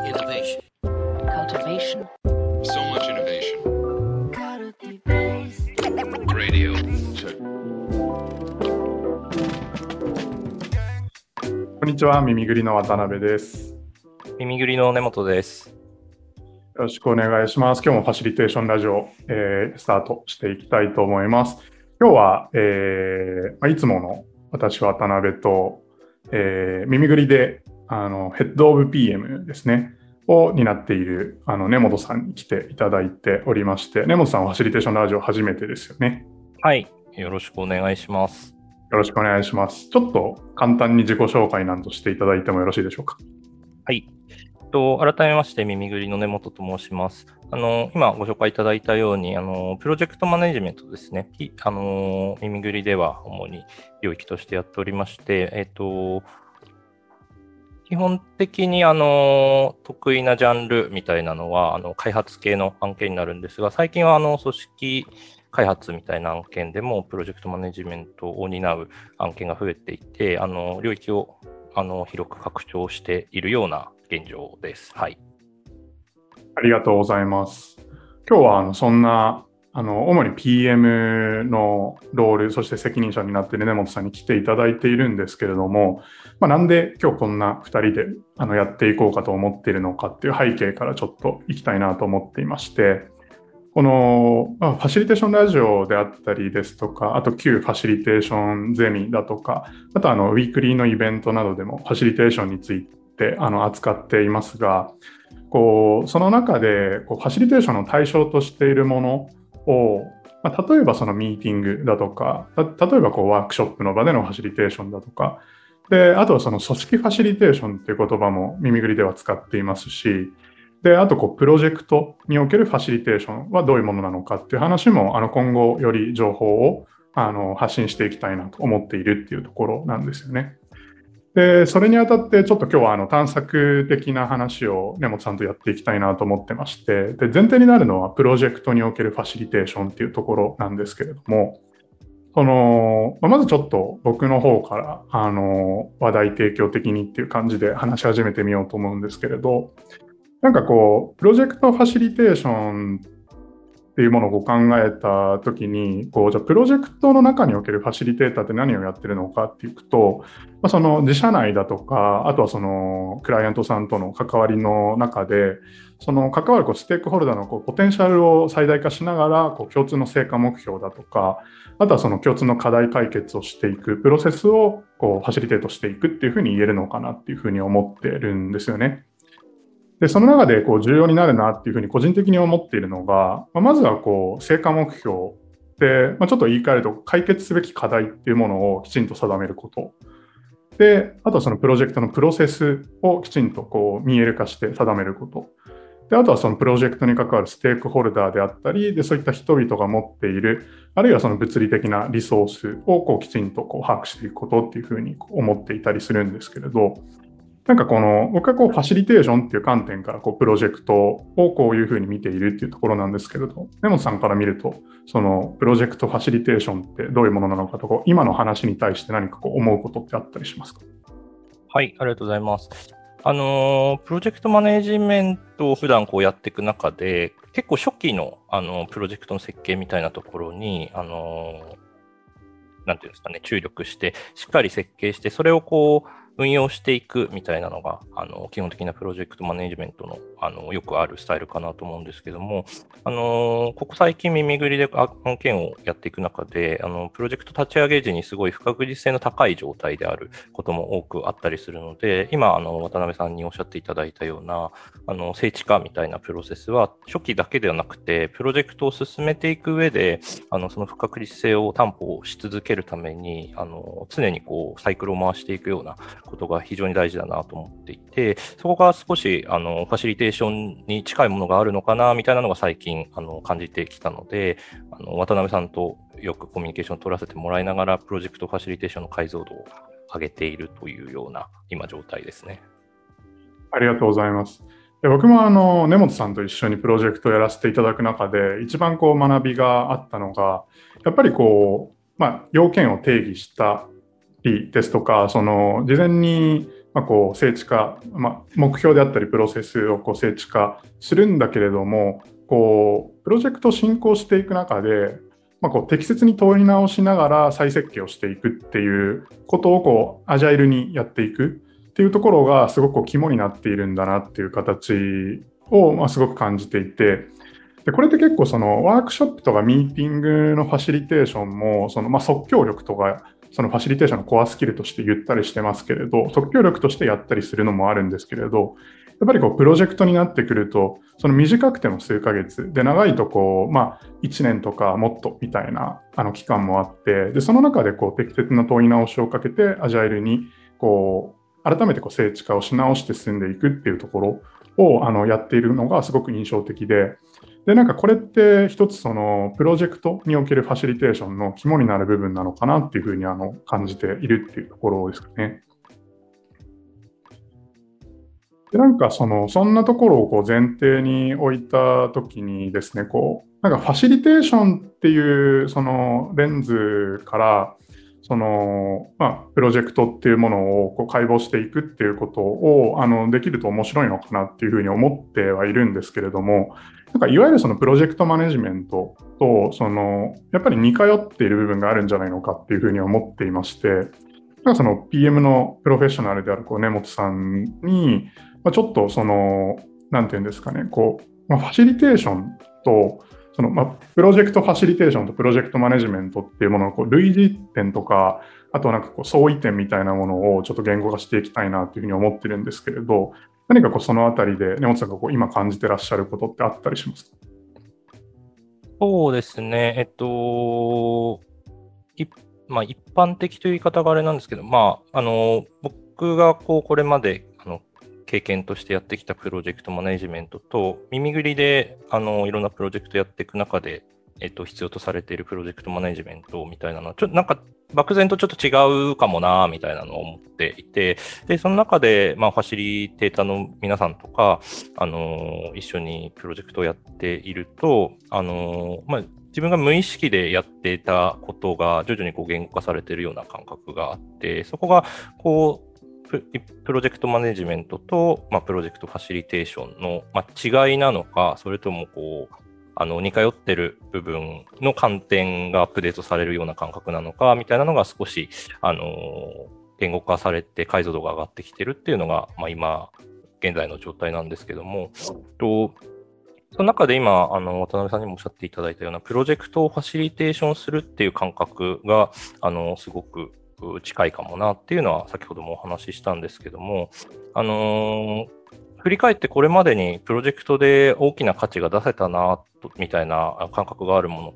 Innovation. Cultivation. So much innovation. Radio. Check. こんにちは、耳ぐりの渡辺です。 耳ぐりの根本です。 よろしくお願いします。今日もファシリテーションラジオ、スタートしていきたいと思います。今日は、いつもの私渡辺と、耳ぐりでヘッドオブ PM ですねを担っている根本さんに来ていただいておりまして、根本さんはファシリテーションラジオ初めてですよね。 はい、よろしくお願いします。 よろしくお願いします。ちょっと簡単に自己紹介などしていただいてもよろしいでしょうか。 はい。改めまして耳ぐりの根本と申します。今ご紹介いただいたように、プロジェクトマネジメントですね。耳ぐりでは主に領域としてやっておりまして、基本的に得意なジャンルみたいなのは開発系の案件になるんですが、最近は組織開発みたいな案件でもプロジェクトマネジメントを担う案件が増えていて、領域を広く拡張しているような現状です。はい。 ありがとうございます。今日はそんな主に PM のロール、そして責任者になっている根本さんに来ていただいているんですけれども、なんで今日こんな2人でやっていこうかと思っているのかっていう背景からちょっといきたいなと思っていまして、この、ファシリテーションラジオであったりですとか、あと旧ファシリテーションゼミだとか、あとウィークリーのイベントなどでもファシリテーションについて扱っていますが、その中でファシリテーションの対象としているものを、例えばそのミーティングだとか、例えばワークショップの場でのファシリテーションだとか、で、あとはその組織ファシリテーションっていう言葉も耳ぐりでは使っていますし、で、あとプロジェクトにおけるファシリテーションはどういうものなのかっていう話も今後より情報を発信していきたいなと思っているっていうところなんですよね。で、それにあたってちょっと今日は探索的な話を根本さんとやっていきたいなと思ってまして、で、前提になるのはプロジェクトにおけるファシリテーションっていうところなんですけれども、まずちょっと僕の方から話題提供的にっていう感じで話し始めてみようと思うんですけれど、プロジェクトファシリテーションっていうものを考えたときに、じゃあプロジェクトの中におけるファシリテーターって何をやってるのかっていくと、その自社内だとか、あとはそのクライアントさんとの関わりの中で、その関わるステークホルダーのポテンシャルを最大化しながら、共通の成果目標だとか、あとはその共通の課題解決をしていくプロセスをファシリテートしていくっていうふうに言えるのかなっていうふうに思ってるんですよね。で、その中で重要になるなっていうふうに個人的に思っているのが、まずは成果目標で、ちょっと言い換えると解決すべき課題っていうものをきちんと定めること。で、あとはそのプロジェクトのプロセスをきちんと見える化して定めること。で、あとはそのプロジェクトに関わるステークホルダーであったり、で、そういった人々が持っている、あるいはその物理的なリソースをきちんと把握していくことっていうふうに思っていたりするんですけれど、僕はファシリテーションっていう観点からプロジェクトをこういうふうに見ているっていうところなんですけれど、根本さんから見ると、そのプロジェクトファシリテーションってどういうものなのかと今の話に対して何か思うことってあったりしますか？ はい、ありがとうございます。プロジェクトマネジメントを普段やっていく中で、結構初期のプロジェクトの設計みたいなところになんていうんですかね、注力してしっかり設計して、それを運用していくみたいなのが基本的なプロジェクトマネジメントのよくあるスタイルかなと思うんですけども、ここ最近耳ぐりで案件をやっていく中でプロジェクト立ち上げ時にすごい不確実性の高い状態であることも多くあったりするので、今渡辺さんにおっしゃっていただいたような聖地化みたいなプロセスは初期だけではなくて、プロジェクトを進めていく上でその不確実性を担保し続けるために常にサイクルを回していくようなことが非常に大事だなと思っていて、そこが少しファシリテーションに近いものがあるのかなみたいなのが最近感じてきたので、渡辺さんとよくコミュニケーションを取らせてもらいながらプロジェクトファシリテーションの解像度を上げているというような今状態ですね。 ありがとうございます。で、僕も根本さんと一緒にプロジェクトをやらせていただく中で一番学びがあったのが、やっぱり要件を定義したりですとか、その事前にこう静止化、目標であったりプロセスをこう静止化するんだけれども、こうプロジェクトを進行していく中で、こう適切に問い直しながら再設計をしていくっていうことをこうアジャイルにやっていくっていうところがすごくこう肝になっているんだなっていう形をすごく感じていて、でこれって結構そのワークショップとかミーティングのファシリテーションもその即興力とかそのファシリテーションのコアスキルとして言ったりしてますけれど、即興力としてやったりするのもあるんですけれど、やっぱりこうプロジェクトになってくると、その短くても数ヶ月で、長いとこう、1年とかもっとみたいな期間もあって、でその中でこう適切な問い直しをかけてアジャイルにこう改めてこう静止化をし直して進んでいくっていうところをやっているのがすごく印象的で、なんかこれって一つそのプロジェクトにおけるファシリテーションの肝になる部分なのかなっていうふうに感じているっていうところですかね。でなんかそんなところをこう前提に置いたときにですね、こうなんかファシリテーションっていうそのレンズからプロジェクトっていうものをこう解剖していくっていうことをできると面白いのかなっていうふうに思ってはいるんですけれども、なんかいわゆるそのプロジェクトマネジメントとやっぱり似通っている部分があるんじゃないのかっていうふうに思っていまして、なんかその PM のプロフェッショナルである根本さんに、ちょっとなんていうんですかね、こう、ファシリテーションとプロジェクトファシリテーションとプロジェクトマネジメントっていうもののこう類似点とか、あとなんかこう相違点みたいなものをちょっと言語化していきたいなというふうに思ってるんですけれど、何かこうそのあたりで根本さんがこう今感じてらっしゃることってあったりしますか？ そうですね。一般的という言い方があれなんですけど、僕がこれまで経験としてやってきたプロジェクトマネジメントと、耳ぐりでいろんなプロジェクトやっていく中で、必要とされているプロジェクトマネジメントみたいなのは、なんか漠然とちょっと違うかもなみたいなのを思っていて、で、その中で、ファシリテーターの皆さんとか、一緒にプロジェクトをやっていると、自分が無意識でやっていたことが徐々にこう言語化されているような感覚があって、そこがこうプロジェクトマネジメントと、プロジェクトファシリテーションの、違いなのか、それともこう似通ってる部分の観点がアップデートされるような感覚なのかみたいなのが少し言語化されて解像度が上がってきてるっていうのが、今現在の状態なんですけども、その中で今渡辺さんにもおっしゃっていただいたようなプロジェクトをファシリテーションするっていう感覚がすごく近いかもなっていうのは先ほどもお話ししたんですけども、振り返ってこれまでにプロジェクトで大きな価値が出せたなみたいな感覚があるものって、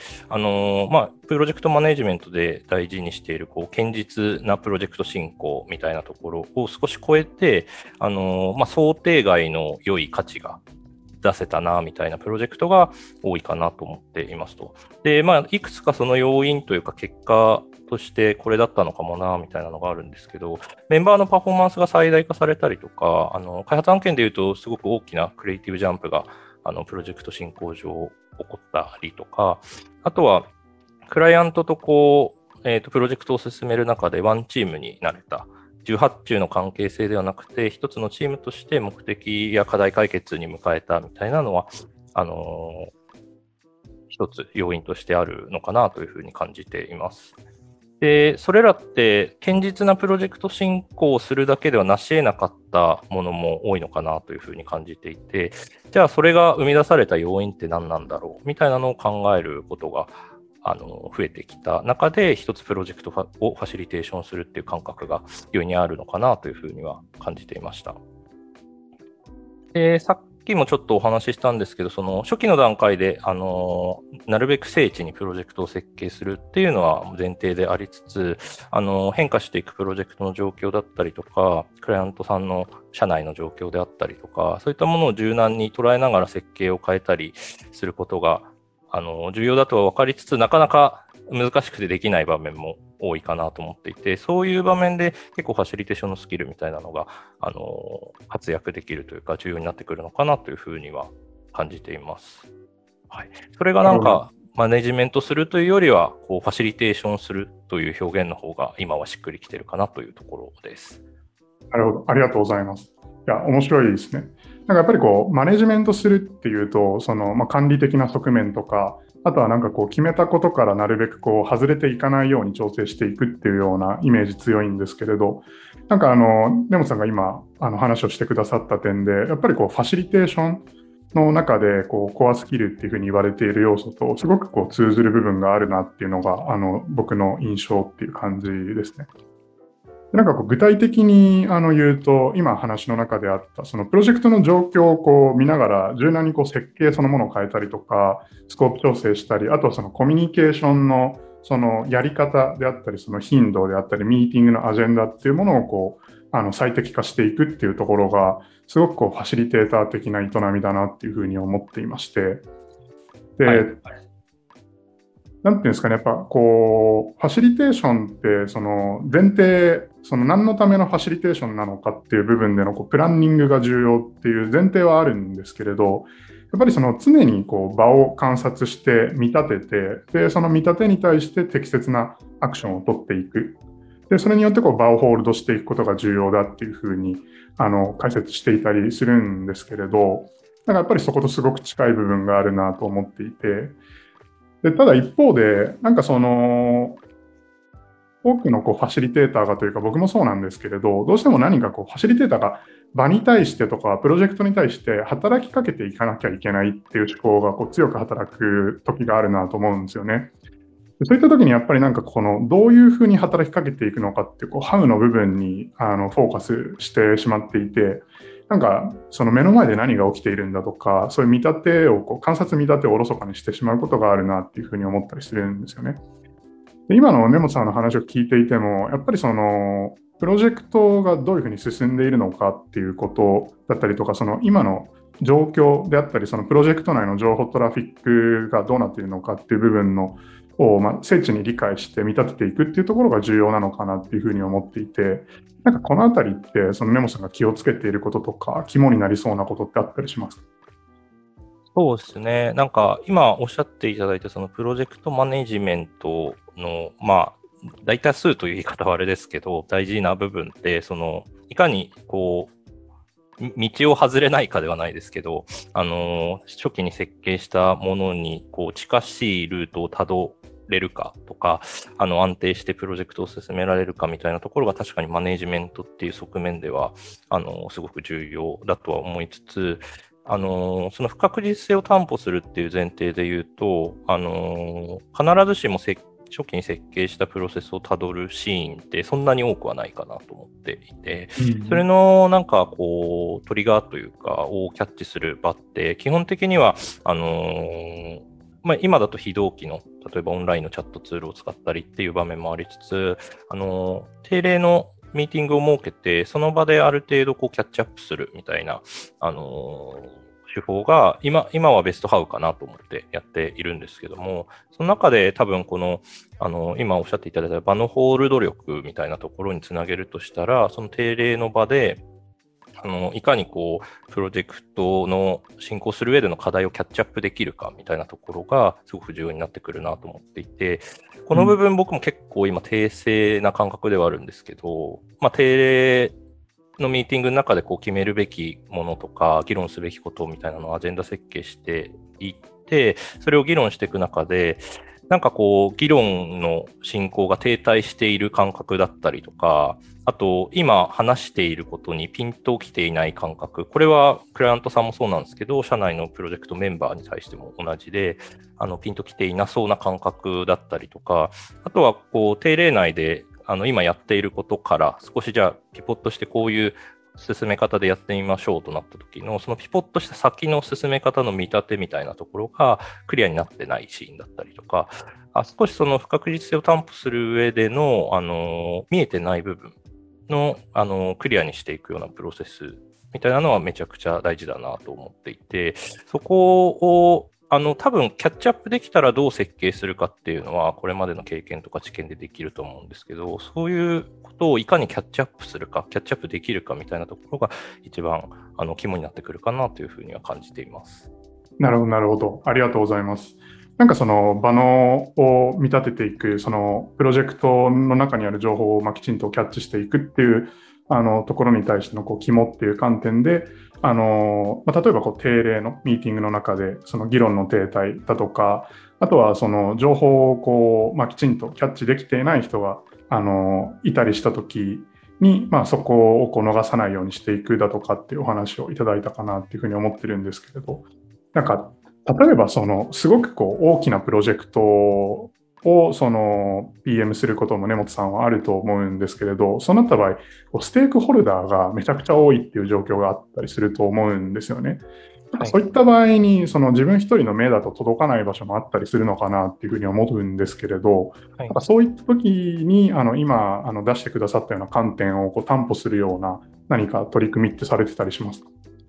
プロジェクトマネジメントで大事にしているこう堅実なプロジェクト進行みたいなところを少し超えて、想定外の良い価値が出せたなみたいなプロジェクトが多いかなと思っていますと。で、いくつかその要因というか結果としてこれだったのかもなみたいなのがあるんですけど、メンバーのパフォーマンスが最大化されたりとか、開発案件でいうとすごく大きなクリエイティブジャンプがプロジェクト進行上起こったりとか、あとはクライアントとこう、プロジェクトを進める中でワンチームになれた。18中の関係性ではなくて、一つのチームとして目的や課題解決に迎えたみたいなのは、一つ要因としてあるのかなというふうに感じています。で、それらって堅実なプロジェクト進行をするだけでは成し得なかったものも多いのかなというふうに感じていて、じゃあそれが生み出された要因って何なんだろうみたいなのを考えることが増えてきた中で、一つプロジェクトをファシリテーションするっていう感覚が世にあるのかなというふうには感じていました。で、さっきもちょっとお話ししたんですけど、その初期の段階で、なるべく精緻にプロジェクトを設計するっていうのは前提でありつつ、変化していくプロジェクトの状況だったりとか、クライアントさんの社内の状況であったりとか、そういったものを柔軟に捉えながら設計を変えたりすることが重要だとは分かりつつ、なかなか難しくてできない場面も多いかなと思っていて、そういう場面で結構ファシリテーションのスキルみたいなのが、活躍できるというか重要になってくるのかなというふうには感じています。はい。それがなんか、マネジメントするというよりは、こう、ファシリテーションするという表現の方が今はしっくりきてるかなというところです。 なるほど。ありがとうございます。いや、面白いですね。なんかやっぱりこう、マネジメントするっていうと、管理的な側面とか、あとはなんかこう、決めたことからなるべくこう、外れていかないように調整していくっていうようなイメージ強いんですけれど、なんか根本さんが今、話をしてくださった点で、やっぱりこう、ファシリテーションの中で、こう、コアスキルっていうふうに言われている要素と、すごくこう、通ずる部分があるなっていうのが、僕の印象っていう感じですね。なんかこう具体的に言うと、今話の中であったそのプロジェクトの状況をこう見ながら柔軟にこう設計そのものを変えたりとか、スコープ調整したり、あとはそのコミュニケーションのそのやり方であったり、その頻度であったり、ミーティングのアジェンダっていうものをこう最適化していくっていうところが、すごくこうファシリテーター的な営みだなっていうふうに思っていまして、で、 はい。 なんていうんですかね、やっぱこう、ファシリテーションって、その前提、その何のためのファシリテーションなのかっていう部分でのこうプランニングが重要っていう前提はあるんですけれど、やっぱりその常にこう場を観察して見立てて、で、その見立てに対して適切なアクションを取っていく。で、それによってこう場をホールドしていくことが重要だっていうふうに、解説していたりするんですけれど、なんかやっぱりそことすごく近い部分があるなと思っていて、で、ただ一方で、なんかその、多くのこうファシリテーターがというか僕もそうなんですけれど、どうしても何かこうファシリテーターが場に対してとかプロジェクトに対して働きかけていかなきゃいけないっていう思考がこう強く働く時があるなと思うんですよね。でそういった時にやっぱりなんかこのどういうふうに働きかけていくのかっていうこうハウの部分にフォーカスしてしまっていて、なんかその目の前で何が起きているんだとか、そういう見立てをこう観察見立てをおろそかにしてしまうことがあるなっていうふうに思ったりするんですよね。で今の根本さんの話を聞いていても、やっぱりそのプロジェクトがどういうふうに進んでいるのかっていうことだったりとか、その今の状況であったり、そのプロジェクト内の情報トラフィックがどうなっているのかっていう部分のを、精緻に理解して見立てていくっていうところが重要なのかなっていうふうに思っていて、なんかこのあたりってその根本さんが気をつけていることとか肝になりそうなことってあったりしますか？ そうですね。なんか今おっしゃっていただいたそのプロジェクトマネジメントの、大多数という言い方はあれですけど、大事な部分って、いかにこう、道を外れないかではないですけど、初期に設計したものにこう近しいルートをたどれるかとか、安定してプロジェクトを進められるかみたいなところが確かにマネジメントっていう側面では、すごく重要だとは思いつつ、その不確実性を担保するっていう前提で言うと、必ずしも初期に設計したプロセスをたどるシーンってそんなに多くはないかなと思っていて、それのなんかこうトリガーというかをキャッチする場って基本的には、今だと非同期の例えばオンラインのチャットツールを使ったりっていう場面もありつつ、定例のミーティングを設けて、その場である程度こうキャッチアップするみたいな、手法が今はベストハウかなと思ってやっているんですけども、その中で多分この、今おっしゃっていただいた場のホールド力みたいなところにつなげるとしたら、その定例の場で、いかにこう、プロジェクトの進行する上での課題をキャッチアップできるかみたいなところがすごく重要になってくるなと思っていて、この部分僕も結構今訂正な感覚ではあるんですけど、定例のミーティングの中でこう決めるべきものとか、議論すべきことみたいなのをアジェンダ設計していって、それを議論していく中で、なんかこう、議論の進行が停滞している感覚だったりとか、あと、今話していることにピンときていない感覚。これはクライアントさんもそうなんですけど、社内のプロジェクトメンバーに対しても同じで、ピンときていなそうな感覚だったりとか、あとはこう、定例内で、今やっていることから少しじゃあピポットしてこういう進め方でやってみましょうとなった時の、そのピポットした先の進め方の見立てみたいなところがクリアになってないシーンだったりとか、少しその不確実性を担保する上での、見えてない部分の、クリアにしていくようなプロセスみたいなのはめちゃくちゃ大事だなと思っていて、そこを多分キャッチアップできたらどう設計するかっていうのは、これまでの経験とか知見でできると思うんですけど、そういうことをいかにキャッチアップするか、キャッチアップできるかみたいなところが一番肝になってくるかなというふうには感じています。 なるほど、なるほど。ありがとうございます。なんかその場のを見立てていく、そのプロジェクトの中にある情報をきちんとキャッチしていくっていうところに対しての肝っていう観点で、例えば定例のミーティングの中でその議論の停滞だとか、あとはその情報をきちんとキャッチできていない人がいたりしたときに、そこを逃さないようにしていくだとかっていうお話をいただいたかなっていうふうに思ってるんですけれど、なんか例えばすごく大きなプロジェクトをPM することも根本さんはあると思うんですけれど、そうなった場合、ステークホルダーがめちゃくちゃ多いっていう状況があったりすると思うんですよね。そういった場合に自分一人の目だと届かない場所もあったりするのかなっていうふうに思うんですけれど、そういった時に今出してくださったような観点を担保するような何か取り組みってされてたりしますか？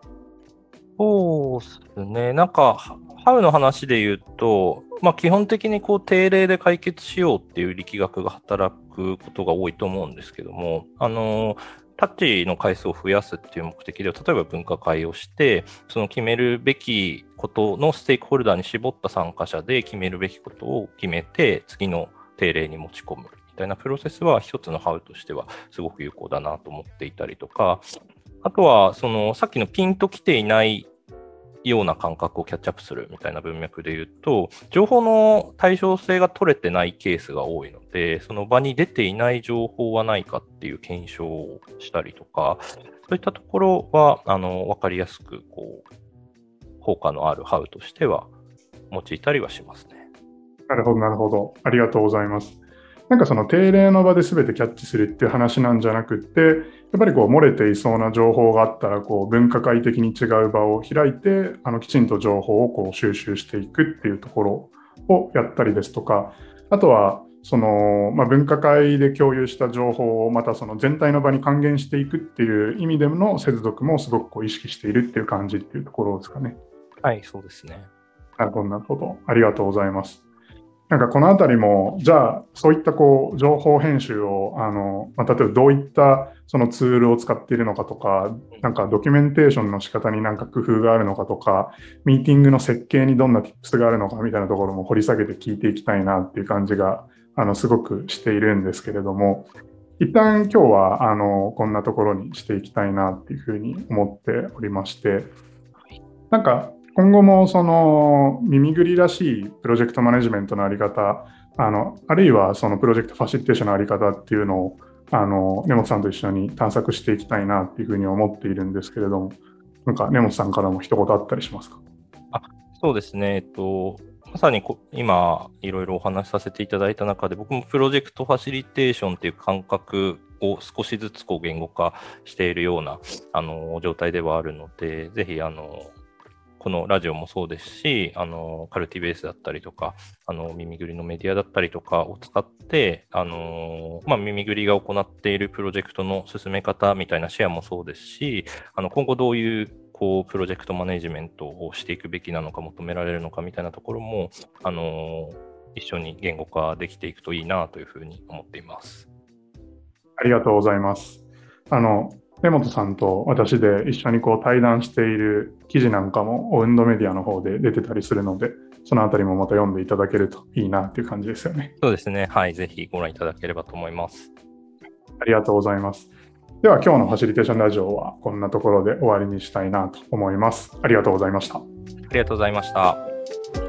そうですね。ハウの話で言うと、基本的に定例で解決しようっていう力学が働くことが多いと思うんですけども、タッチの回数を増やすっていう目的では、例えば分科会をして、その決めるべきことのステークホルダーに絞った参加者で決めるべきことを決めて、次の定例に持ち込むみたいなプロセスは一つのハウとしてはすごく有効だなと思っていたりとか、あとは、さっきのピンと来ていないような感覚をキャッチアップするみたいな文脈で言うと、情報の対称性が取れてないケースが多いので、その場に出ていない情報はないかっていう検証をしたりとか、そういったところは、わかりやすく、効果のあるハウとしては用いたりはしますね。 なるほど、なるほど。ありがとうございます。定例の場で全てキャッチするっていう話なんじゃなくって、やっぱり漏れていそうな情報があったら分科会的に違う場を開いてきちんと情報を収集していくっていうところをやったりですとか、あとは分科会で共有した情報をまた全体の場に還元していくっていう意味での接続もすごく意識しているっていう感じっていうところですかね。 はい、そうですね。 なるほど、なるほど。ありがとうございます。このあたりも、じゃあ、そういった情報編集を、例えばどういったそのツールを使っているのかとか、ドキュメンテーションの仕方に工夫があるのかとか、ミーティングの設計にどんな tips があるのかみたいなところも掘り下げて聞いていきたいなっていう感じが、すごくしているんですけれども、一旦今日は、こんなところにしていきたいなっていうふうに思っておりまして、今後も耳ぐりらしいプロジェクトマネジメントのあり方、あるいはそのプロジェクトファシリテーションのあり方っていうのを根本さんと一緒に探索していきたいなっていうふうに思っているんですけれども、根本さんからも一言あったりしますか？ そうですね。まさに今いろいろお話しさせていただいた中で、僕もプロジェクトファシリテーションっていう感覚を少しずつ言語化しているような状態ではあるので、ぜひこのラジオもそうですし、カルティベースだったりとか、耳ぐりのメディアだったりとかを使って、耳ぐりが行っているプロジェクトの進め方みたいなシェアもそうですし、今後どういうプロジェクトマネジメントをしていくべきなのか、求められるのかみたいなところも、一緒に言語化できていくといいなというふうに思っています。 ありがとうございます。根本さんと私で一緒に対談している記事なんかもオウンドメディアの方で出てたりするので、そのあたりもまた読んでいただけるといいなっていう感じですよね。 そうですね。はい。ぜひご覧いただければと思います。 ありがとうございます。では今日のファシリテーションラジオはこんなところで終わりにしたいなと思います。ありがとうございました。 ありがとうございました。